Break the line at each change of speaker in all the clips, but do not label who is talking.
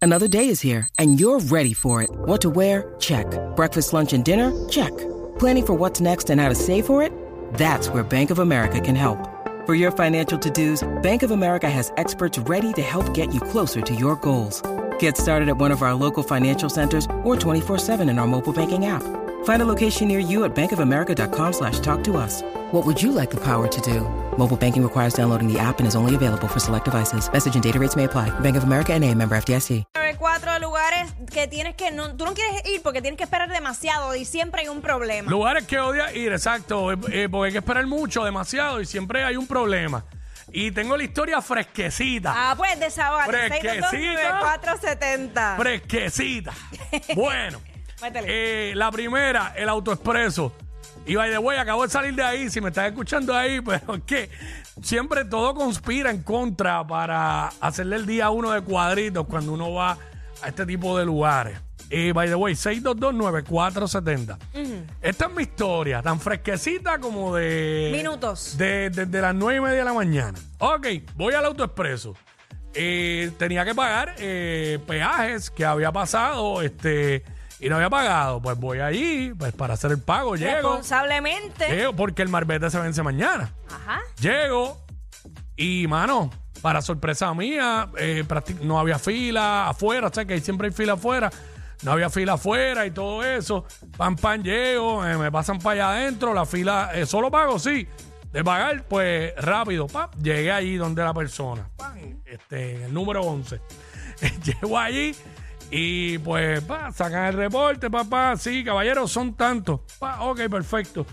Another day is here, and you're ready for it. What to wear? Check. Breakfast, lunch, and dinner? Check. Planning for what's next and how to save for it? That's where Bank of America can help. For your financial to-dos, Bank of America has experts ready to help get you closer to your goals. Get started at one of our local financial centers or 24/7 in our mobile banking app. Find a location near you at bankofamerica.com/talktous. What would you like the power to do? Mobile banking requires downloading the app and is only available for select devices. Message and data rates may apply. Bank of America N.A., member FDIC.
4 lugares que tienes que tú no quieres ir porque tienes que esperar demasiado y siempre hay un problema.
Lugares que odias ir, exacto, porque hay que esperar mucho, demasiado y siempre hay un problema. Y tengo la historia fresquecita.
Ah, pues desahogate.
Fresquecita.
470.
Fresquecita. Bueno,
Métele.
la primera, el AutoExpreso. Y by the way, acabo de salir de ahí, si me estás escuchando ahí, pero es que siempre todo conspira en contra para hacerle el día uno de cuadritos cuando uno va a este tipo de lugares. By the way, 6229470. Esta es mi historia, tan fresquecita como de...
Minutos.
Desde las 9:30 de la mañana. Ok, voy al AutoExpreso. Tenía que pagar peajes que había pasado, y no había pagado. Pues voy allí, pues para hacer el pago, llego.
Responsablemente.
Llego porque el marbete se vence mañana.
Ajá.
Llego y, mano, para sorpresa mía, no había fila afuera, o sea que ahí siempre hay fila afuera. No había fila afuera y todo eso. Pam, llego, me pasan para allá adentro, la fila, solo pago, sí. De pagar, pues rápido, pam, llegué allí donde la persona. Pam, el número 11. Llego allí. Y pues, sacan el reporte, papá. Sí, caballero, son tantos. Ok, perfecto.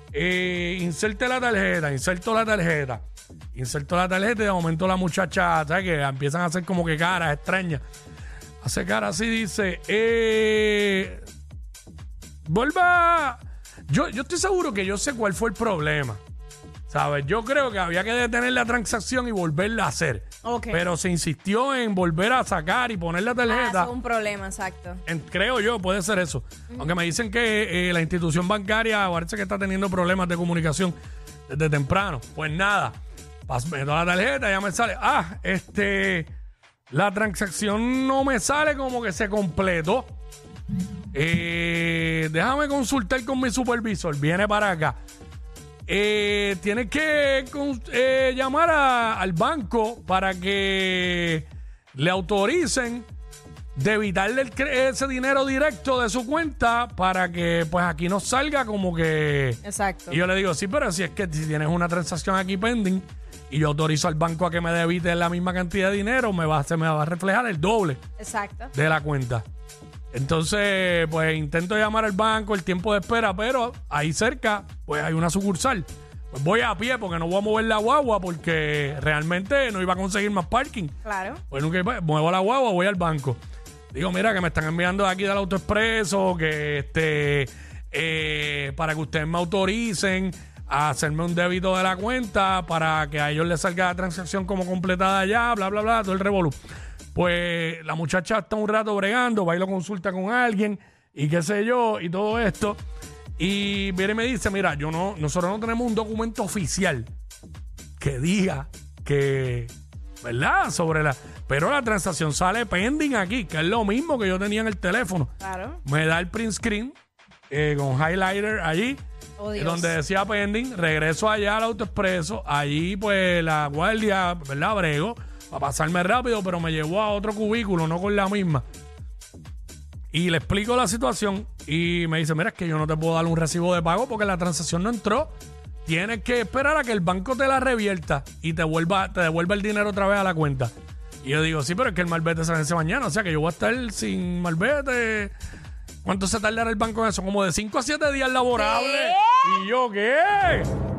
Inserte la tarjeta, inserto la tarjeta y de momento la muchacha, ¿sabes? Que empiezan a hacer como que caras extrañas. Hace cara así, dice, vuelva. Yo estoy seguro que yo sé cuál fue el problema. ¿Sabes? Yo creo que había que detener la transacción y volverla a hacer.
Okay.
Pero se insistió en volver a sacar y poner la tarjeta.
Eso es un problema, exacto.
Creo yo, puede ser eso. Aunque me dicen que la institución bancaria parece que está teniendo problemas de comunicación desde temprano. Pues nada, meto la tarjeta, ya me sale. La transacción no me sale como que se completó. Déjame consultar con mi supervisor. Viene para acá. Tienes que llamar al banco para que le autoricen debitarle ese dinero directo de su cuenta para que pues aquí no salga como que...
Exacto.
Y yo le digo, sí, pero si es que si tienes una transacción aquí pending y yo autorizo al banco a que me debite la misma cantidad de dinero, se me va a reflejar el doble.
Exacto.
De la cuenta. Entonces, pues intento llamar al banco, el tiempo de espera, pero ahí cerca, pues hay una sucursal. Pues voy a pie porque no voy a mover la guagua porque realmente no iba a conseguir más parking.
Claro.
Pues muevo la guagua, voy al banco. Digo, mira, que me están enviando de aquí del AutoExpreso, que para que ustedes me autoricen a hacerme un débito de la cuenta para que a ellos les salga la transacción como completada ya, bla, bla, bla, todo el revolú. Pues la muchacha está un rato bregando, va y lo consulta con alguien y qué sé yo, y todo esto. Y viene y me dice, mira, nosotros no tenemos un documento oficial que diga que, ¿verdad? Pero la transacción sale pending aquí, que es lo mismo que yo tenía en el teléfono.
Claro.
Me da el print screen con highlighter allí, donde decía pending. Regreso allá al AutoExpreso. Allí, pues, la guardia, ¿verdad? Brego para pasarme rápido, pero me llevó a otro cubículo, no con la misma. Y le explico la situación y me dice, mira, es que yo no te puedo dar un recibo de pago porque la transacción no entró. Tienes que esperar a que el banco te la revierta y te devuelva el dinero otra vez a la cuenta. Y yo digo, sí, pero es que el malvete se vence mañana, o sea que yo voy a estar sin malvete. ¿Cuánto se tardará el banco en eso? Como de 5 a 7 días laborables. ¿Qué? ¿Y yo qué?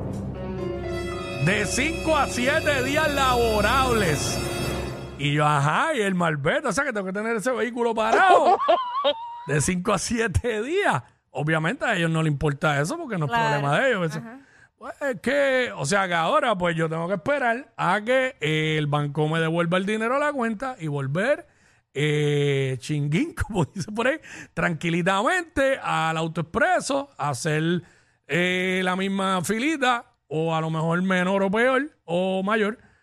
De 5 a 7 días laborables. Y yo, ajá, y el malvete, o sea que tengo que tener ese vehículo parado de 5 a 7 días. Obviamente a ellos no les importa eso porque no es problema de ellos. Pues es que, o sea que ahora pues yo tengo que esperar a que el banco me devuelva el dinero a la cuenta y volver chinguín, como dice por ahí, tranquilitamente al AutoExpreso, a hacer la misma filita o a lo mejor menor o peor o mayor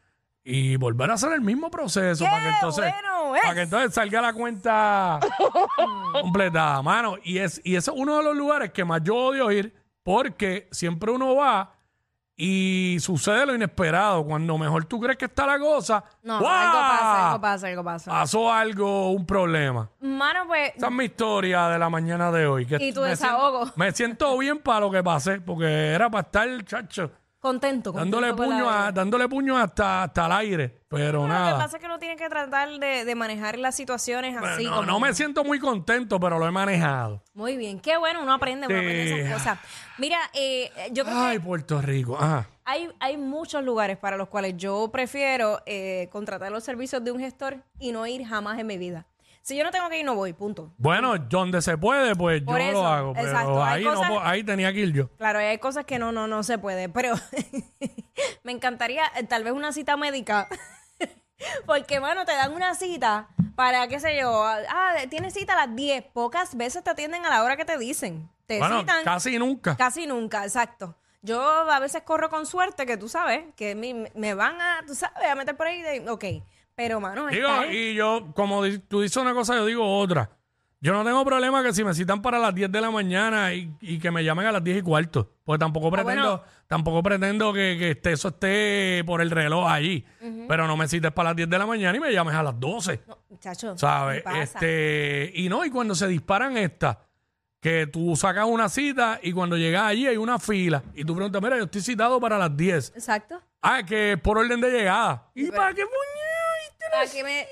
y volver a hacer el mismo proceso
¡Qué bueno es!
para que entonces salga la cuenta completada, mano. Y ese es uno de los lugares que más yo odio ir, porque siempre uno va y sucede lo inesperado. Cuando mejor tú crees que está la cosa,
No,
¡guau!
algo pasa.
Pasó algo, un problema.
Mano, pues,
Esa es mi historia de la mañana de hoy.
Y tu desahogo.
Me siento bien para lo que pasé, porque era para estar, chacho,
contento
dándole
con la vida.
dándole puño hasta el aire. Pero
Lo que
nada.
pasa es que uno tiene que tratar de manejar las situaciones así.
No,
como-
no me siento muy contento, pero lo he manejado.
Muy bien, qué bueno, uno aprende esas cosas. Mira, yo creo
Ay,
que
Puerto Rico. Ajá.
hay muchos lugares para los cuales yo prefiero contratar los servicios de un gestor y no ir jamás en mi vida. Si yo no tengo que ir, no voy, punto.
Bueno, donde se puede, pues
Por
yo
eso,
lo hago. Pero
exacto. Hay
ahí, no,
cosas-
ahí tenía que ir yo.
Claro, hay cosas que no se puede, pero me encantaría tal vez una cita médica. Porque, mano, te dan una cita para, qué sé yo, tienes cita a las 10. Pocas veces te atienden a la hora que te dicen. Te
Bueno,
citan
casi nunca.
casi nunca, exacto. Yo a veces corro con suerte, que tú sabes, que me van a, tú sabes, a meter por ahí. Ok, pero, mano,
Digo,
está
y yo, como tú dices una cosa, yo digo otra. Yo no tengo problema que si me citan para las 10 de la mañana y que me llamen a las 10:15. Porque tampoco pretendo que eso esté por el reloj allí. Pero no me cites para las 10 de la mañana y me llames a las 12.
Chacho,
¿Sabes?
¿qué pasa?
Y cuando se disparan estas, que tú sacas una cita y cuando llegas allí hay una fila y tú preguntas, mira, yo estoy citado para las 10.
Exacto.
Que es por orden de llegada. ¿Y
pero-
para qué puñal?
Aquí me...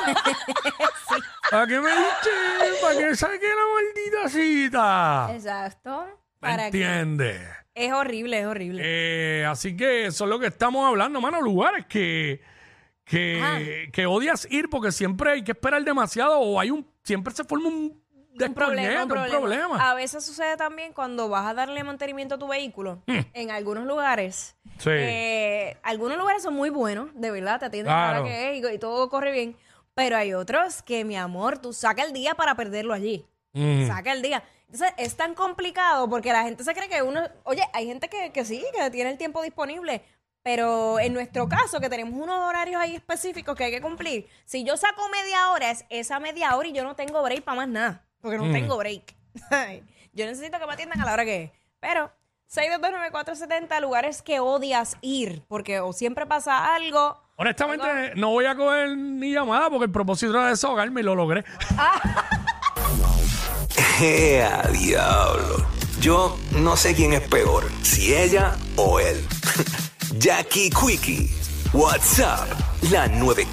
¿Para qué me diste? ¿Para qué saqué la maldita cita?
Exacto.
¿Me
¿Para qué?
entiendes?
Es horrible, es horrible.
Así que eso es lo que estamos hablando, mano. Lugares que odias ir porque siempre hay que esperar demasiado o siempre se forma un problema.
A veces sucede también cuando vas a darle mantenimiento a tu vehículo. En algunos lugares.
Sí.
Algunos lugares son muy buenos, de verdad, te atienden a la
Claro.
hora que es y todo corre bien. Pero hay otros que, mi amor, tú saca el día para perderlo allí. Saca el día. Entonces, es tan complicado porque la gente se cree que uno... Oye, hay gente que sí, que tiene el tiempo disponible. Pero en nuestro caso, que tenemos unos horarios ahí específicos que hay que cumplir, si yo saco media hora, es esa media hora y yo no tengo break para más nada. Porque no tengo break. Yo necesito que me atiendan a la hora que es. Pero 6229470, lugares que odias ir, porque o siempre pasa algo.
Honestamente, no voy a coger ni llamada porque el propósito era desahogarme y lo logré.
¡Ea, diablo! Yo no sé quién es peor, si ella o él. Jackie Quickie, WhatsApp, la 94.